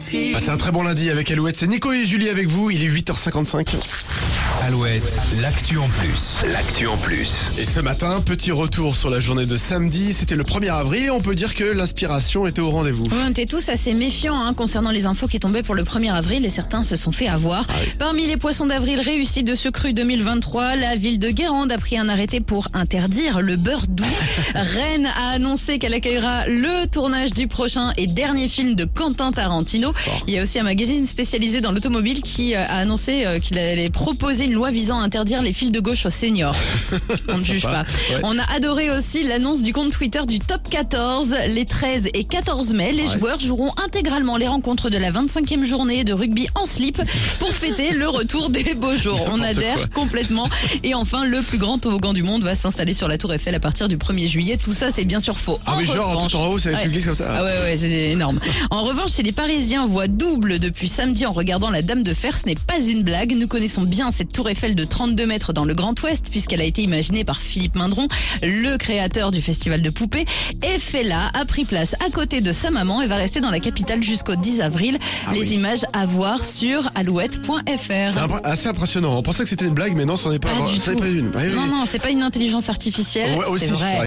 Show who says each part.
Speaker 1: C'est un très bon lundi avec Alouette. C'est Nico et Julie avec vous. Il est 8h55.
Speaker 2: Alouette, l'actu en plus. L'actu en plus.
Speaker 1: Et ce matin, petit retour sur la journée de samedi. C'était le 1er avril et on peut dire que l'inspiration était au rendez-vous.
Speaker 3: On était tous assez méfiants concernant les infos qui tombaient pour le 1er avril et certains se sont fait avoir. Parmi les poissons d'avril réussis de ce cru 2023, la ville de Guérande a pris un arrêté pour interdire le beurre doux. Rennes a annoncé qu'elle accueillera le tournage du prochain et dernier film de Quentin Tarantino. Il y a aussi un magazine spécialisé dans l'automobile qui a annoncé qu'il allait proposer une loi visant à interdire les fils de gauche aux seniors. On ne juge pas.
Speaker 1: Ouais.
Speaker 3: On a adoré aussi l'annonce du compte Twitter du Top 14. Les 13 et 14 mai, les joueurs joueront intégralement les rencontres de la 25e journée de rugby en slip pour fêter le retour des beaux jours. On adhère complètement. Et enfin, le plus grand toboggan du monde va s'installer sur la Tour Eiffel à partir du 1er juillet. Tout ça, c'est bien sûr faux.
Speaker 1: Ah oui, genre tout en haut, ça va être une glisse comme ça.
Speaker 3: Ah ouais, c'est énorme. En revanche, chez les Parisiens, voix double depuis samedi en regardant la Dame de Fer. Ce n'est pas une blague. Nous connaissons bien cette Tour Eiffel de 32 mètres dans le Grand Ouest puisqu'elle a été imaginée par Philippe Mindron, le créateur du festival de poupées. Et Fela a pris place à côté de sa maman et va rester dans la capitale jusqu'au 10 avril. Les images à voir sur alouette.fr.
Speaker 1: C'est assez impressionnant. On pensait que c'était une blague, mais non, c'en est pas.
Speaker 3: Pas du
Speaker 1: Ça
Speaker 3: tout.
Speaker 1: n'est pas une.
Speaker 3: Non, c'est pas une intelligence artificielle.
Speaker 1: Ouais, aussi,
Speaker 3: c'est vrai.